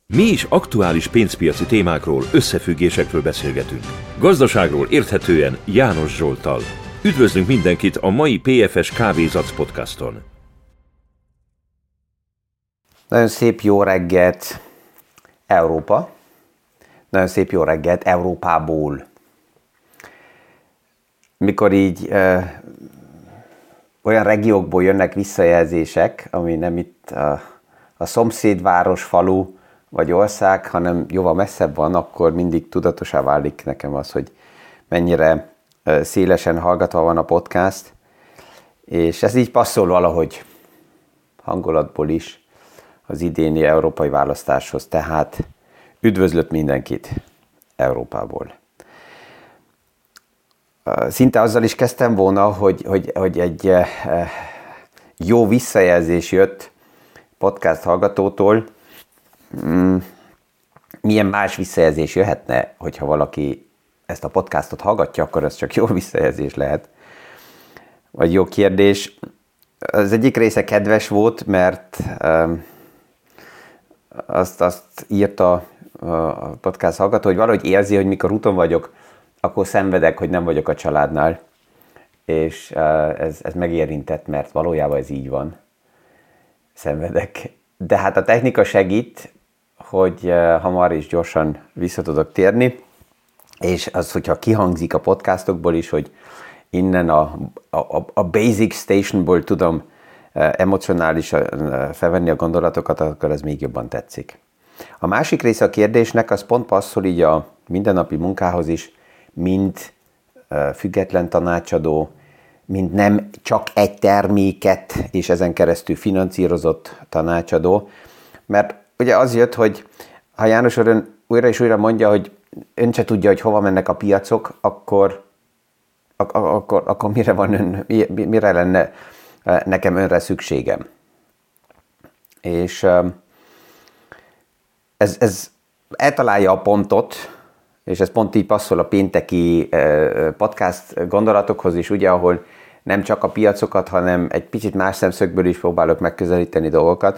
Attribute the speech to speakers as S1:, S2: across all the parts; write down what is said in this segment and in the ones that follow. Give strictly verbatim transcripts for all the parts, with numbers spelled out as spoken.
S1: Mi is aktuális pénzpiaci témákról, összefüggésekről beszélgetünk. Gazdaságról érthetően János Zsolttal. Üdvözlünk mindenkit a mai pé ef es Kávézac podcaston.
S2: Nagyon szép jó reggelt Európa. Nagyon szép jó reggelt Európából. Mikor így ö, olyan regiókból jönnek visszajelzések, ami nem itt a, a szomszédváros, falu vagy ország, hanem jóval messzebb van, akkor mindig tudatosá válik nekem az, hogy mennyire szélesen hallgatva van a podcast, és ez így passzol valahogy hangulatból is az idéni európai választáshoz, tehát üdvözlök mindenkit Európából. Szinte azzal is kezdtem volna, hogy, hogy, hogy egy jó visszajelzés jött podcast hallgatótól. Milyen más visszajelzés jöhetne, hogyha valaki ezt a podcastot hallgatja, akkor ez csak jó visszajelzés lehet. Vagy jó kérdés. Az egyik része kedves volt, mert um, azt, azt írta a podcast hallgató, hogy valahogy érzi, hogy mikor úton vagyok, akkor szenvedek, hogy nem vagyok a családnál. És uh, ez, ez megérintett, mert valójában ez így van. Szenvedek. De hát a technika segít, hogy uh, hamar és gyorsan vissza tudok térni, és az, hogyha kihangzik a podcastokból is, hogy innen a, a, a basic stationból tudom uh, emocionálisan uh, felvenni a gondolatokat, akkor ez még jobban tetszik. A másik része a kérdésnek, az pont passzol így a mindennapi munkához is, mint uh, független tanácsadó, mint nem csak egy terméket, és ezen keresztül finanszírozott tanácsadó, mert ugye az jött, hogy ha János ön újra és újra mondja, hogy ön se tudja, hogy hova mennek a piacok, akkor, ak- akkor, akkor mire van ön, mire lenne nekem önre szükségem. És ez, ez eltalálja a pontot, és ez pont így passzol a pénteki podcast gondolatokhoz is, ugye, ahol nem csak a piacokat, hanem egy picit más szemszögből is próbálok megközelíteni dolgokat.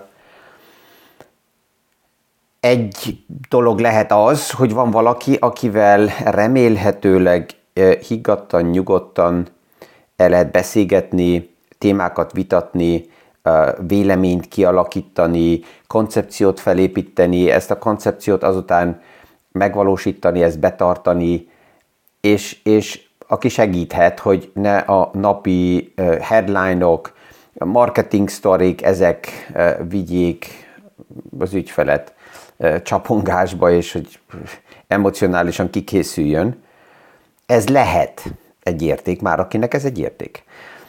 S2: Egy dolog lehet az, hogy van valaki, akivel remélhetőleg higgadtan, nyugodtan el lehet beszélgetni, témákat vitatni, véleményt kialakítani, koncepciót felépíteni, ezt a koncepciót azután megvalósítani, ezt betartani, és, és aki segíthet, hogy ne a napi headline-ok, marketing sztorik, ezek vigyék az ügyfelet csapongásba, és hogy emocionálisan kikészüljön. Ez lehet egy érték, már akinek ez egy érték.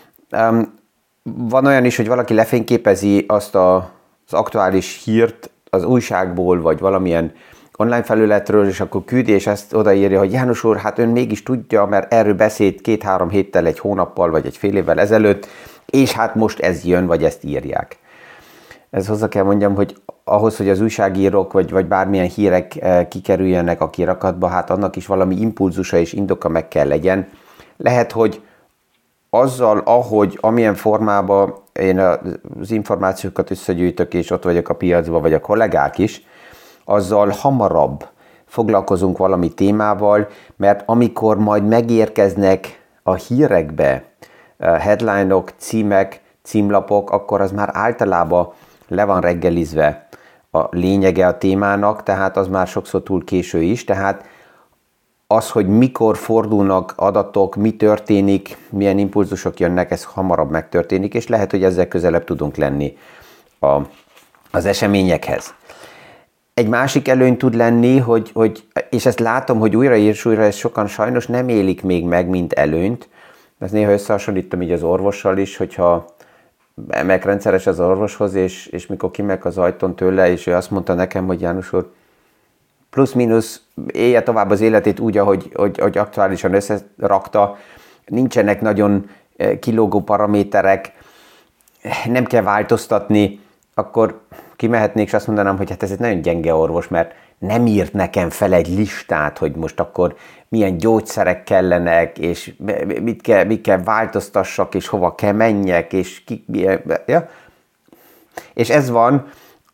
S2: Van olyan is, hogy valaki lefényképezi azt a, az aktuális hírt az újságból, vagy valamilyen online felületről, és akkor küldi, és ezt odaírja, hogy János úr, hát ön mégis tudja, mert erről beszélt két-három héttel, egy hónappal, vagy egy fél évvel ezelőtt, és hát most ez jön, vagy ezt írják. Ez hozzá kell mondjam, hogy ahhoz, hogy az újságírók, vagy, vagy bármilyen hírek kikerüljenek a kirakatba, hát annak is valami impulzusa és indoka meg kell legyen. Lehet, hogy azzal, ahogy, amilyen formában én az információkat összegyűjtök, és ott vagyok a piacban, vagy a kollégák is, azzal hamarabb foglalkozunk valami témával, mert amikor majd megérkeznek a hírekbe headline-ok, címek, címlapok, akkor az már általában le van reggelizve a lényege a témának, tehát az már sokszor túl késő is, tehát az, hogy mikor fordulnak adatok, mi történik, milyen impulzusok jönnek, ez hamarabb megtörténik, és lehet, hogy ezzel közelebb tudunk lenni a, az eseményekhez. Egy másik előny tud lenni, hogy, hogy, és ezt látom, hogy újra és újra ezt sokan sajnos nem élik még meg, mint előnyt. Ezt néha összehasonlítom így az orvossal is, hogyha megyek rendszeres az orvoshoz, és, és mikor kimegyek az ajtón tőle, és ő azt mondta nekem, hogy János úr, plusz-minusz élje tovább az életét úgy, ahogy hogy, hogy aktuálisan összerakta, nincsenek nagyon kilógó paraméterek, nem kell változtatni, akkor kimehetnék, és azt mondanám, hogy hát ez egy nagyon gyenge orvos, mert nem írt nekem fel egy listát, hogy most akkor milyen gyógyszerek kellenek, és mit kell, mit kell változtassak, és hova kell menjek, és ki, ja. És ez van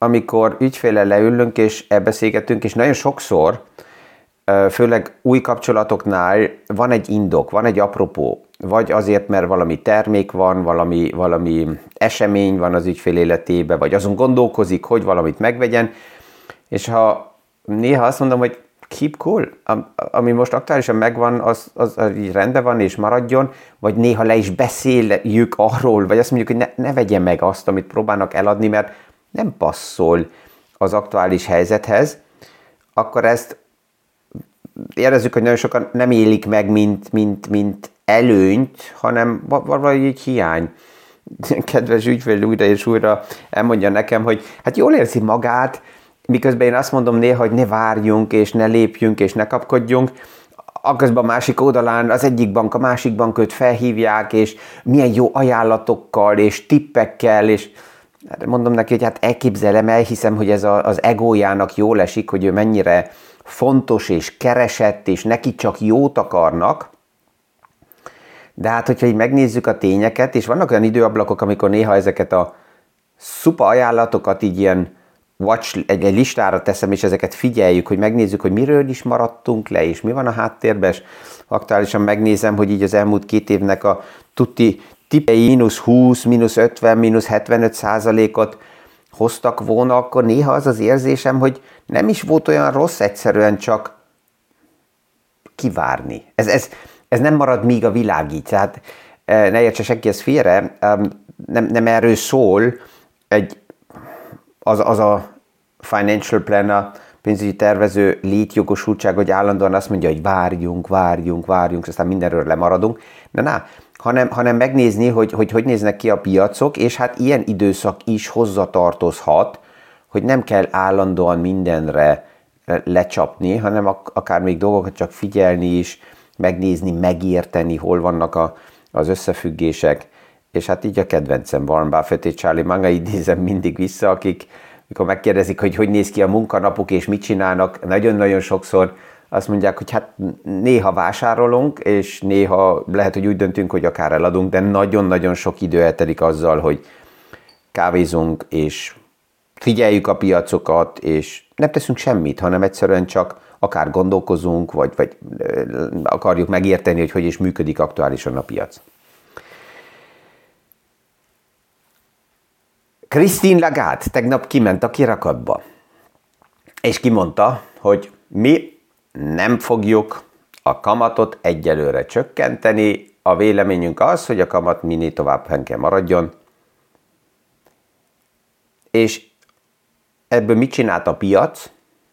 S2: amikor ügyféllel leülünk és elbeszélgetünk, és nagyon sokszor, főleg új kapcsolatoknál van egy indok, van egy apropó, vagy azért, mert valami termék van, valami, valami esemény van az ügyfél életében, vagy azon gondolkozik, hogy valamit megvegyen, és ha néha azt mondom, hogy keep cool, ami most aktuálisan megvan, az, az, az így rendben van és maradjon, vagy néha le is beszéljük arról, vagy azt mondjuk, hogy ne, ne vegye meg azt, amit próbálnak eladni, mert nem passzol az aktuális helyzethez, akkor ezt érezzük, hogy nagyon sokan nem élik meg, mint, mint, mint előnyt, hanem valahogy egy hiány. Kedves ügyfél újra és újra elmondja nekem, hogy hát jól érzi magát, miközben én azt mondom néha, hogy ne várjunk, és ne lépjünk, és ne kapkodjunk, aközben a másik oldalán az egyik bank, a másik bankot felhívják, és milyen jó ajánlatokkal, és tippekkel, és mondom neki, hogy hát elképzelem, elhiszem, hogy ez a, az egójának jól esik, hogy ő mennyire fontos és keresett, és neki csak jót akarnak. De hát, hogyha így megnézzük a tényeket, és vannak olyan időablakok, amikor néha ezeket a szupa ajánlatokat így ilyen watch, egy, egy listára teszem, és ezeket figyeljük, hogy megnézzük, hogy miről is maradtunk le, és mi van a háttérben, és aktuálisan megnézem, hogy így az elmúlt két évnek a tuti tippei mínusz húsz, mínusz ötven, mínusz hetvenöt százalékot hoztak volna, akkor néha az az érzésem, hogy nem is volt olyan rossz, egyszerűen csak kivárni. Ez, ez, ez nem marad míg a világ így, tehát ne értse senki ezt félre, nem, nem erről szól egy, az, az a financial plan, a pénzügyi tervező létjogosultság, hogy állandóan azt mondja, hogy várjunk, várjunk, várjunk, aztán mindenről lemaradunk. De na, hanem, hanem megnézni, hogy, hogy hogy néznek ki a piacok, és hát ilyen időszak is hozzatartozhat, hogy nem kell állandóan mindenre lecsapni, hanem akár még dolgokat csak figyelni is, megnézni, megérteni, hol vannak a, az összefüggések. És hát így a kedvencem Warren Buffett és Charlie Munger, idézem mindig vissza, akik, mikor megkérdezik, hogy hogy néz ki a munkanapuk és mit csinálnak, nagyon-nagyon sokszor azt mondják, hogy hát néha vásárolunk, és néha lehet, hogy úgy döntünk, hogy akár eladunk, de nagyon-nagyon sok idő eltelik azzal, hogy kávézunk, és figyeljük a piacokat, és nem teszünk semmit, hanem egyszerűen csak akár gondolkozunk, vagy, vagy akarjuk megérteni, hogy hogy is működik aktuálisan a piac. Christine Lagarde tegnap kiment a kirakatba, és kimondta, hogy mi nem fogjuk a kamatot egyelőre csökkenteni, a véleményünk az, hogy a kamat minél tovább fenn kell maradjon. És ebből mit csinált a piac?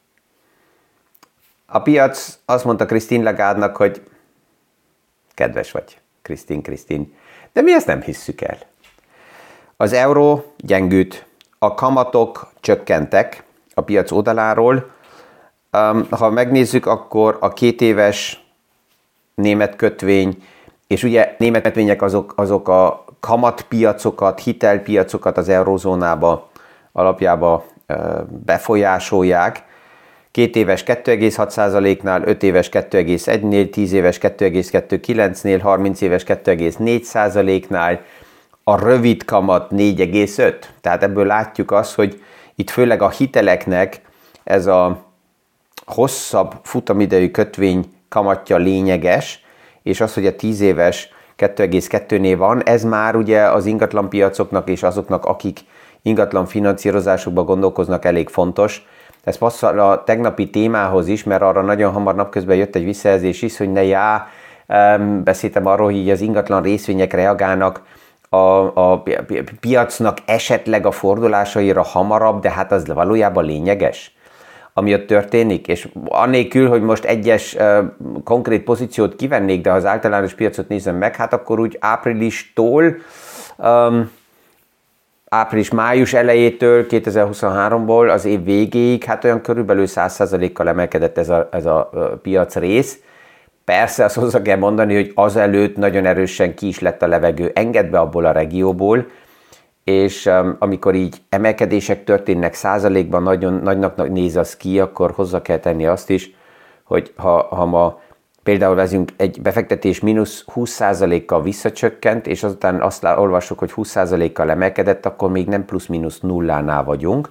S2: A piac azt mondta Christine Lagarde-nak, hogy kedves vagy, Christine, Christine, de mi ezt nem hisszük el. Az euró gyengült, a kamatok csökkentek a piac oldaláról. Ha megnézzük, akkor a két éves német kötvény, és ugye német kötvények azok, azok a kamatpiacokat, hitelpiacokat az eurózónába alapjába befolyásolják. Két éves kettő egész hat százaléknál, öt éves kettő egész egy-nél, tíz éves kettő egész kettő kilencnél, harminc éves kettő egész négy százaléknál, a rövid kamat négy egész öt. Tehát ebből látjuk azt, hogy itt főleg a hiteleknek ez a hosszabb futamidejű kötvény kamatja lényeges, és az, hogy a tíz éves kettő egész kettőnél van, ez már ugye az ingatlanpiacoknak és azoknak, akik ingatlan finanszírozásukban gondolkoznak, elég fontos. Ez passzol a tegnapi témához is, mert arra nagyon hamar napközben jött egy visszajelzés is, hogy ne já, beszéltem arról, hogy az ingatlan részvények reagálnak a, a piacnak esetleg a fordulásaira hamarabb, de hát az valójában lényeges, ami ott történik, és annélkül, hogy most egyes uh, konkrét pozíciót kivennék, de ha az általános piacot nézem meg, hát akkor úgy áprilistól, um, április-május elejétől, kétezer-huszonháromból az év végéig, hát olyan körülbelül száz százalékkal emelkedett ez a, ez a uh, piac rész. Persze azt hozzá kell mondani, hogy azelőtt nagyon erősen ki is lett a levegő engedve abból a regióból, és um, amikor így emelkedések történnek százalékban, nagyon nagynak néz az ki, akkor hozzá kell tenni azt is, hogy ha, ha ma például vezünk egy befektetés mínusz húsz százalékkal visszacsökkent, és azután azt olvassuk, hogy húsz százalékkal emelkedett, akkor még nem plusz-mínusz nullánál vagyunk,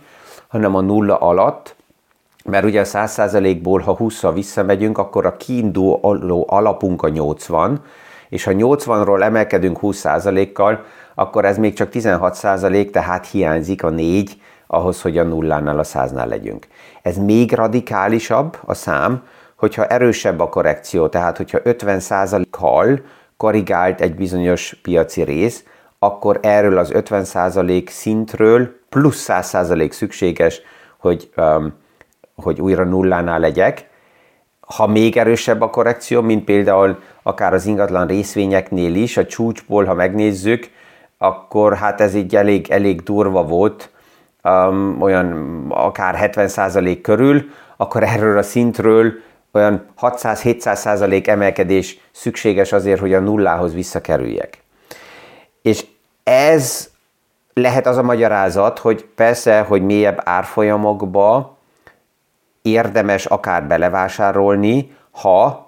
S2: hanem a nulla alatt, mert ugye a száz százalékból, ha hússzal visszamegyünk, akkor a kiinduló alapunk a nyolcvan, és ha nyolcvanról emelkedünk húsz százalékkal, akkor ez még csak tizenhat százalék, tehát hiányzik a négy ahhoz, hogy a nullánál, a száznál legyünk. Ez még radikálisabb a szám, hogyha erősebb a korrekció, tehát hogyha ötven százalékkal korrigált egy bizonyos piaci rész, akkor erről az ötven százalék szintről plusz száz százalék szükséges, hogy, um, hogy újra nullánál legyek. Ha még erősebb a korrekció, mint például akár az ingatlan részvényeknél is, a csúcsból, ha megnézzük, akkor hát ez így elég, elég durva volt, um, olyan akár hetven százalék körül, akkor erről a szintről olyan hatszáz-hétszáz százalék emelkedés szükséges azért, hogy a nullához visszakerüljek. És ez lehet az a magyarázat, hogy persze, hogy mélyebb árfolyamokba érdemes akár belevásárolni, ha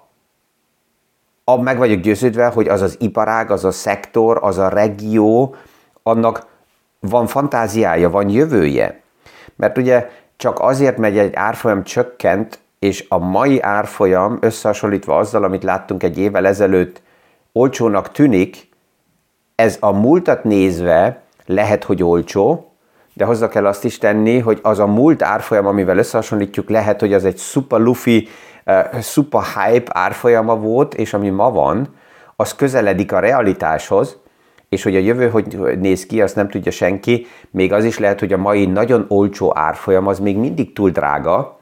S2: meg vagyok győződve, hogy az az iparág, az a szektor, az a regió, annak van fantáziája, van jövője. Mert ugye csak azért megy egy árfolyam csökkent, és a mai árfolyam összehasonlítva azzal, amit láttunk egy évvel ezelőtt, olcsónak tűnik, ez a múltat nézve lehet, hogy olcsó, de hozzá kell azt is tenni, hogy az a múlt árfolyam, amivel összehasonlítjuk, lehet, hogy az egy szuper lufi, uh, szuper hype árfolyama volt, és ami ma van, az közeledik a realitáshoz, és hogy a jövő hogy néz ki, azt nem tudja senki, még az is lehet, hogy a mai nagyon olcsó árfolyam az még mindig túl drága,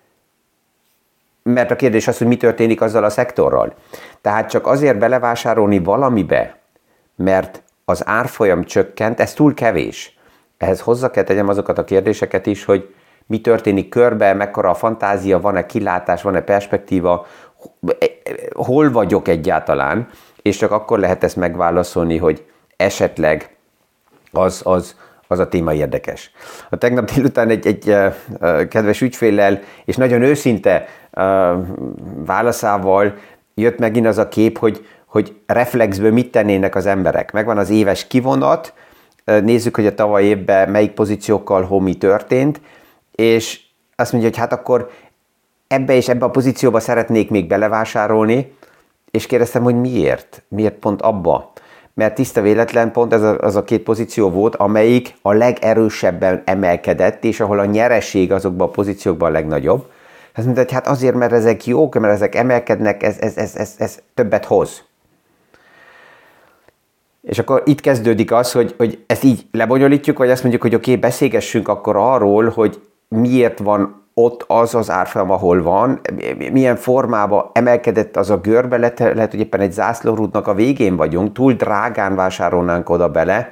S2: mert a kérdés az, hogy mi történik azzal a szektorral. Tehát csak azért belevásárolni valamibe, mert az árfolyam csökkent, ez túl kevés. Ehhez hozzá kell tegyem azokat a kérdéseket is, hogy mi történik körbe, mekkora a fantázia, van-e kilátás, van-e perspektíva, hol vagyok egyáltalán, és csak akkor lehet ezt megválaszolni, hogy esetleg az, az, az a téma érdekes. A tegnap délután egy, egy uh, kedves ügyféllel, és nagyon őszinte uh, válaszával jött megint az a kép, hogy, hogy reflexből mit tennének az emberek. Megvan az éves kivonat, uh, nézzük, hogy a tavaly évben melyik pozíciókkal hol mi történt, és azt mondja, hogy hát akkor ebbe és ebbe a pozícióba szeretnék még belevásárolni, és kérdeztem, hogy miért? Miért pont abba? Mert tiszta véletlen pont ez a, az a két pozíció volt, amelyik a legerősebben emelkedett, és ahol a nyereség azokban a pozíciókban a legnagyobb. Azt mondta, hogy hát azért, mert ezek jók, mert ezek emelkednek, ez, ez, ez, ez, ez többet hoz. És akkor itt kezdődik az, hogy, hogy ezt így lebonyolítjuk, vagy azt mondjuk, hogy oké, okay, beszélgessünk akkor arról, hogy miért van ott az az árfolyam, ahol van, milyen formában emelkedett az a görbe, lehet, lehet, hogy éppen egy zászlórútnak a végén vagyunk, túl drágán vásárolnánk oda bele,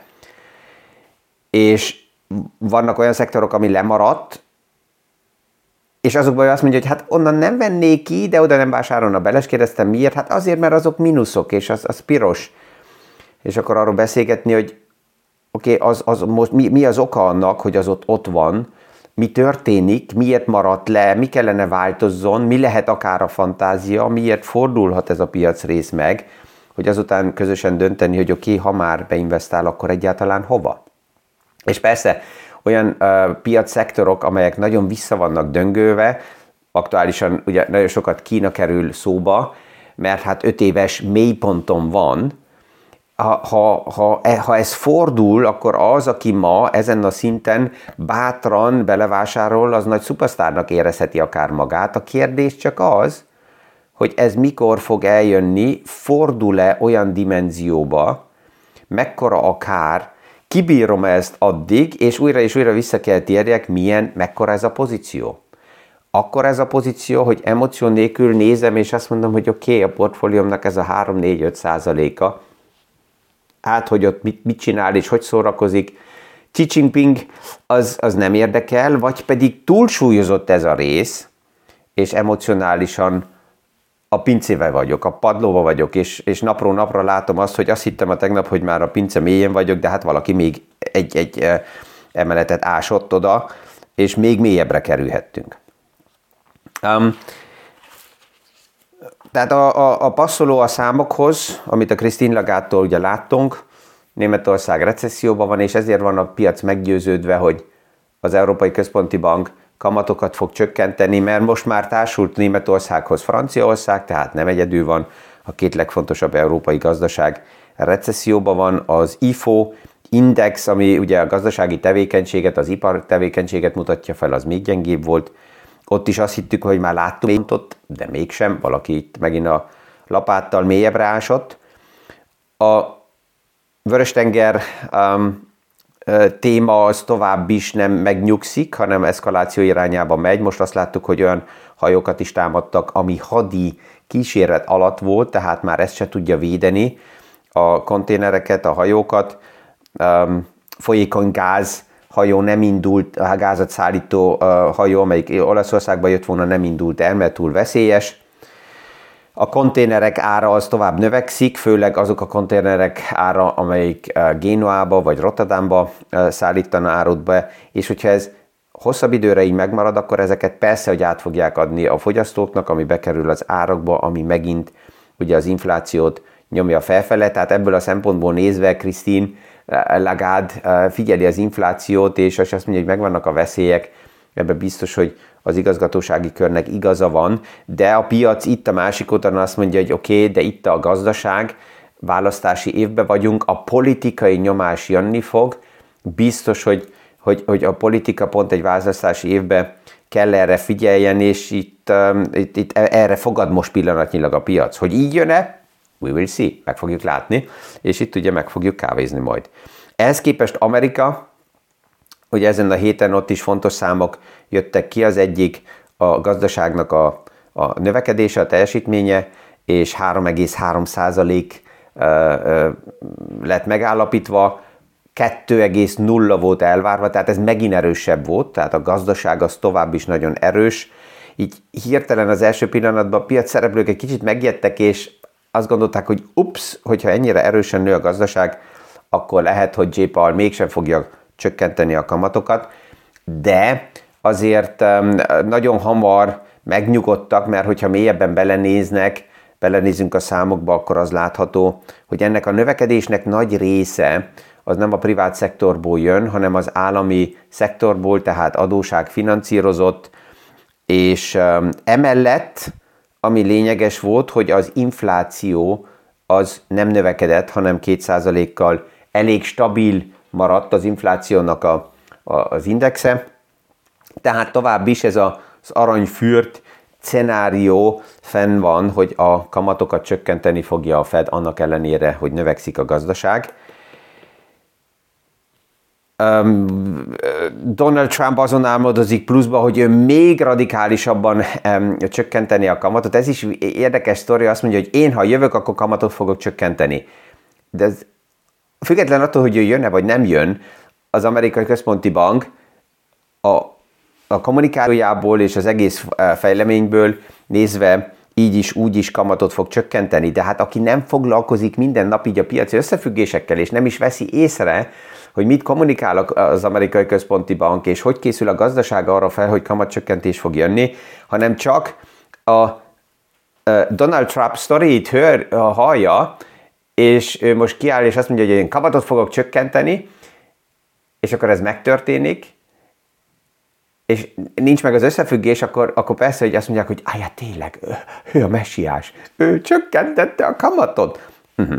S2: és vannak olyan szektorok, ami lemaradt, és azokban azt mondja, hogy hát onnan nem vennék ki, de oda nem vásárolna bele, és kérdeztem miért, hát azért, mert azok mínuszok, és az, az piros. És akkor arról beszélgetni, hogy oké, okay, az, az most mi, mi az oka annak, hogy az ott, ott van, mi történik, miért maradt le, mi kellene változzon, mi lehet akár a fantázia, miért fordulhat ez a piacrész meg, hogy azután közösen dönteni, hogy oké, okay, ha már beinvestál, akkor egyáltalán hova. És persze olyan uh, piacszektorok, amelyek nagyon vissza vannak döngölve, aktuálisan ugye nagyon sokat Kína kerül szóba, mert hát öt éves mélyponton van. Ha, ha, ha, ha ez fordul, akkor az, aki ma ezen a szinten bátran belevásárol, az nagy szupasztárnak érezheti akár magát. A kérdés csak az, hogy ez mikor fog eljönni, fordul-e olyan dimenzióba, mekkora akár, kibírom ezt addig, és újra és újra vissza kell térjek, milyen, mekkora ez a pozíció. Akkor ez a pozíció, hogy emóció nélkül nézem, és azt mondom, hogy oké, okay, a portfóliómnak ez a három-négy-öt százaléka, hát, hogy ott mit, mit csinál és hogy szórakozik, Xi Jinping az, az nem érdekel, vagy pedig túlsúlyozott ez a rész, és emocionálisan a pincével vagyok, a padlóba vagyok, és, és napról napra látom azt, hogy azt hittem a tegnap, hogy már a pince mélyén vagyok, de hát valaki még egy, egy emeletet ásott oda, és még mélyebbre kerülhettünk. Um, Tehát a, a, a passzoló a számokhoz, amit a Christine Lagarde-tól ugye láttunk, Németország recesszióban van, és ezért van a piac meggyőződve, hogy az Európai Központi Bank kamatokat fog csökkenteni, mert most már társult Németországhoz Franciaország, tehát nem egyedül van, a két legfontosabb európai gazdaság recesszióban van. Az I F O index, ami ugye a gazdasági tevékenységet, az ipar tevékenységet mutatja fel, az még gyengébb volt. Ott is azt hittük, hogy már láttuk, de mégsem, valaki itt megint a lapáttal mélyebbre ásott. A Vörös-tenger um, téma az tovább is nem megnyugszik, hanem eszkaláció irányába megy. Most azt láttuk, hogy olyan hajókat is támadtak, ami hadi kíséret alatt volt, tehát már ezt se tudja védeni a konténereket, a hajókat. Um, folyékony gáz hajó nem indult, a gázat szállító uh, hajó, amelyik Olaszországba jött volna, nem indult el, mert túl veszélyes. A konténerek ára az tovább növekszik, főleg azok a konténerek ára, amelyik Génuába vagy Rotterdamba szállítana árut be, és hogyha ez hosszabb időre így megmarad, akkor ezeket persze, hogy át fogják adni a fogyasztóknak, ami bekerül az árakba, ami megint ugye az inflációt nyomja felfele, tehát ebből a szempontból nézve Christine Lagarde figyeli az inflációt, és azt mondja, hogy megvannak a veszélyek, ebben biztos, hogy az igazgatósági körnek igaza van, de a piac itt a másik oldalon azt mondja, hogy oké, okay, de itt a gazdaság, választási évben vagyunk, a politikai nyomás jönni fog, biztos, hogy, hogy, hogy a politika pont egy választási évben kell erre figyeljen, és itt, um, itt, itt erre fogad most pillanatnyilag a piac. Hogy így jön-e? We will see, meg fogjuk látni, és itt ugye meg fogjuk kávézni majd. Ehhez képest Amerika, ugye ezen a héten ott is fontos számok jöttek ki, az egyik a gazdaságnak a, a növekedése, a teljesítménye, és három egész három százalék lett megállapítva, kettő egész nulla volt elvárva, tehát ez megint erősebb volt, tehát a gazdaság az tovább is nagyon erős. Így hirtelen az első pillanatban a piac szereplők egy kicsit megijedtek, és azt gondolták, hogy ups, hogyha ennyire erősen nő a gazdaság, akkor lehet, hogy Jay Powell mégsem fogja csökkenteni a kamatokat, de azért nagyon hamar megnyugodtak, mert hogyha mélyebben belenéznek, belenézünk a számokba, akkor az látható, hogy ennek a növekedésnek nagy része az nem a privát szektorból jön, hanem az állami szektorból, tehát adóság finanszírozott, és emellett, ami lényeges volt, hogy az infláció az nem növekedett, hanem két százalékkal elég stabil maradt az inflációnak a, a, az indexe. Tehát tovább is ez a, az aranyfürt szenárió fenn van, hogy a kamatokat csökkenteni fogja a Fed annak ellenére, hogy növekszik a gazdaság. Um, Donald Trump azon álmodozik pluszba, hogy ő még radikálisabban um, csökkenteni a kamatot. Ez is érdekes sztori, azt mondja, hogy én, ha jövök, akkor kamatot fogok csökkenteni. De ez, független attól, hogy ő jön-e vagy nem jön, az Amerikai Központi Bank a, a kommunikációjából és az egész fejleményből nézve így is, úgy is kamatot fog csökkenteni. De hát aki nem foglalkozik minden nap így a piaci összefüggésekkel, és nem is veszi észre, hogy mit kommunikál az Amerikai Központi Bank, és hogy készül a gazdaság arra fel, hogy kamatcsökkentés fog jönni, hanem csak a Donald Trump sztorit hör, hallja, és ő most kiáll, és azt mondja, hogy én kamatot fogok csökkenteni, és akkor ez megtörténik, és nincs meg az összefüggés, akkor, akkor persze, hogy azt mondják, hogy ájá, tényleg, ő, ő a messiás, ő csökkentette a kamatot. Uh-huh.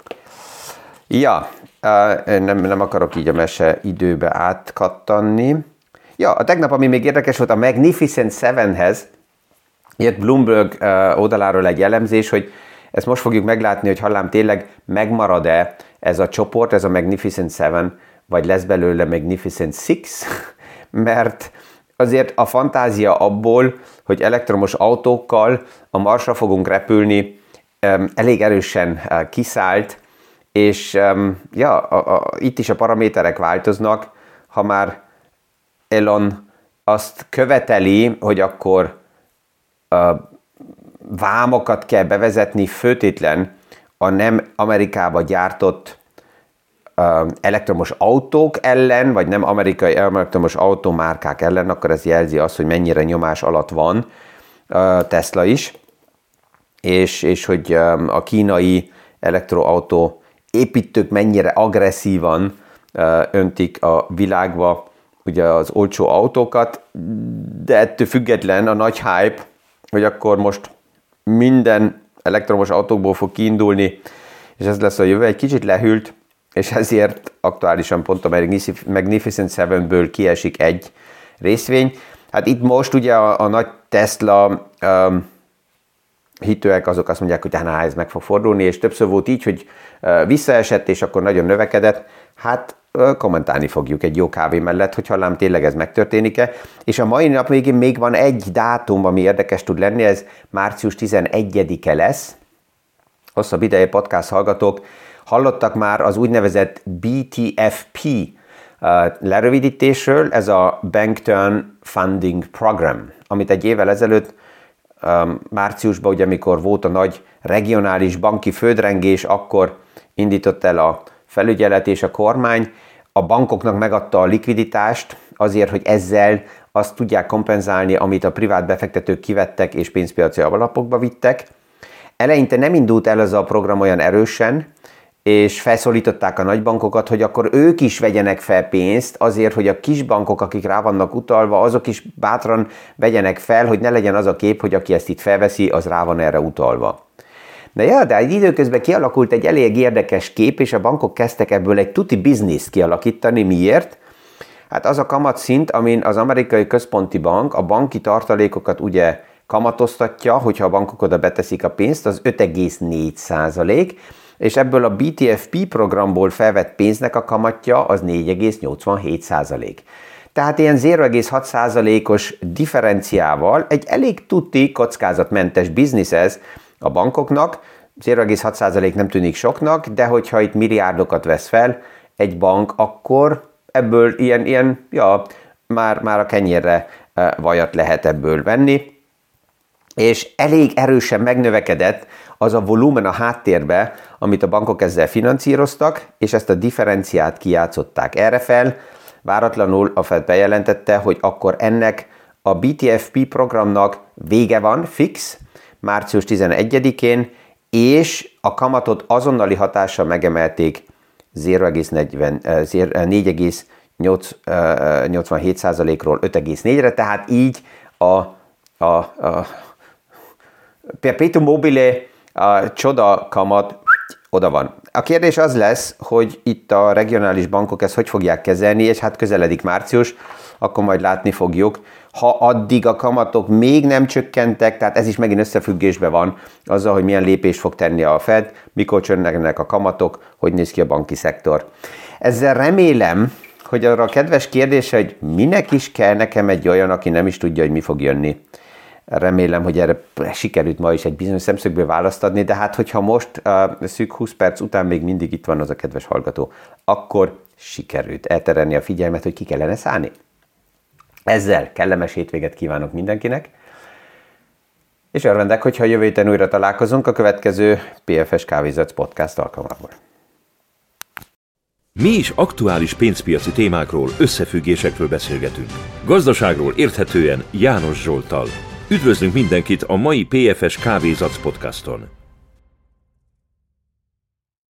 S2: Ja, nem, nem akarok így a mese időbe átkattanni. Ja, a tegnap, ami még érdekes volt, a Magnificent Sevenhez jött Bloomberg oldaláról egy elemzés, hogy ezt most fogjuk meglátni, hogy hallám tényleg megmarad-e ez a csoport, ez a Magnificent Seven, vagy lesz belőle Magnificent Six, mert azért a fantázia abból, hogy elektromos autókkal a Marsra fogunk repülni, elég erősen kiszállt, és ja, a, a, itt is a paraméterek változnak, ha már Elon azt követeli, hogy akkor a vámokat kell bevezetni főtétlen a nem Amerikába gyártott elektromos autók ellen, vagy nem amerikai elektromos autómárkák ellen, akkor ez jelzi azt, hogy mennyire nyomás alatt van Tesla is, és, és hogy a kínai elektroautó építők mennyire agresszívan öntik a világba ugye az olcsó autókat, de ettől független a nagy hype, hogy akkor most minden elektromos autókból fog kiindulni, és ez lesz a jövő, egy kicsit lehűlt, és ezért aktuálisan pont a Magnificent Sevenből kiesik egy részvény. Hát itt most ugye a, a nagy Tesla um, hitőek azok azt mondják, hogy hát ez meg fog fordulni, és többször volt így, hogy uh, visszaesett, és akkor nagyon növekedett. Hát uh, kommentálni fogjuk egy jó kávé mellett, hogy hallám tényleg ez megtörténik-e. És a mai nap végén még van egy dátum, ami érdekes tud lenni, ez március tizenegyedike lesz. Hosszabb ideje podcast hallgatók hallottak már az úgynevezett bé té ef pé uh, lerövidítésről, ez a Bank Term Funding Program, amit egy évvel ezelőtt um, márciusban, ugye amikor volt a nagy regionális banki földrengés, akkor indított el a felügyelet és a kormány, a bankoknak megadta a likviditást azért, hogy ezzel azt tudják kompenzálni, amit a privát befektetők kivettek és pénzpiaci alapokba vittek. Eleinte nem indult el ez a program olyan erősen, és felszólították a nagybankokat, hogy akkor ők is vegyenek fel pénzt azért, hogy a kisbankok, akik rá vannak utalva, azok is bátran vegyenek fel, hogy ne legyen az a kép, hogy aki ezt itt felveszi, az rá van erre utalva. De ja, de egy időközben kialakult egy elég érdekes kép, és a bankok kezdtek ebből egy tuti bizniszt kialakítani. Miért? Hát az a kamatszint, amin az amerikai központi bank a banki tartalékokat ugye kamatoztatja, hogyha a bankok oda beteszik a pénzt, az öt egész négy százalék, és ebből a bé té ef pé programból felvett pénznek a kamatja az négy egész nyolcvanhét százalék. Tehát ilyen nulla egész hat százalékos differenciával egy elég tuti kockázatmentes biznisz ez a bankoknak. nulla egész hat százalék nem tűnik soknak, de hogyha itt milliárdokat vesz fel egy bank, akkor ebből ilyen, ilyen ja, már, már a kenyérre vajat lehet ebből venni. És elég erősen megnövekedett az a volumen a háttérbe, amit a bankok ezzel finanszíroztak, és ezt a differenciát kijátszották erre fel. Váratlanul a Fed bejelentette, hogy akkor ennek a bé té ef pé programnak vége van, fix, március tizenegyedikén, és a kamatot azonnali hatással megemelték négy egész nyolcvanhét százalékról öt egész négyre, tehát így a, a, a perpetuum mobile, a csoda kamat oda van. A kérdés az lesz, hogy itt a regionális bankok ezt hogy fogják kezelni, és hát közeledik március, akkor majd látni fogjuk. Ha addig a kamatok még nem csökkentek, tehát ez is megint összefüggésben van azzal, hogy milyen lépést fog tenni a Fed, mikor csökkennek a kamatok, hogy néz ki a banki szektor. Ezzel remélem, hogy arra a kedves kérdés, hogy minek is kell nekem egy olyan, aki nem is tudja, hogy mi fog jönni. Remélem, hogy erre sikerült ma is egy bizonyos szemszögből választ adni, de hát hogyha most uh, szűk húsz perc után még mindig itt van az a kedves hallgató, akkor sikerült elterelni a figyelmet, hogy ki kellene szállni. Ezzel kellemes hétvéget kívánok mindenkinek, és örvendek, hogyha jövő héten újra találkozunk a következő pé ef es Kávézac podcast alkalmából.
S1: Mi is aktuális pénzpiaci témákról, összefüggésekről beszélgetünk. Gazdaságról érthetően János Zsolttal. Üdvözlünk mindenkit a mai pé ef es Kávézac podcaston!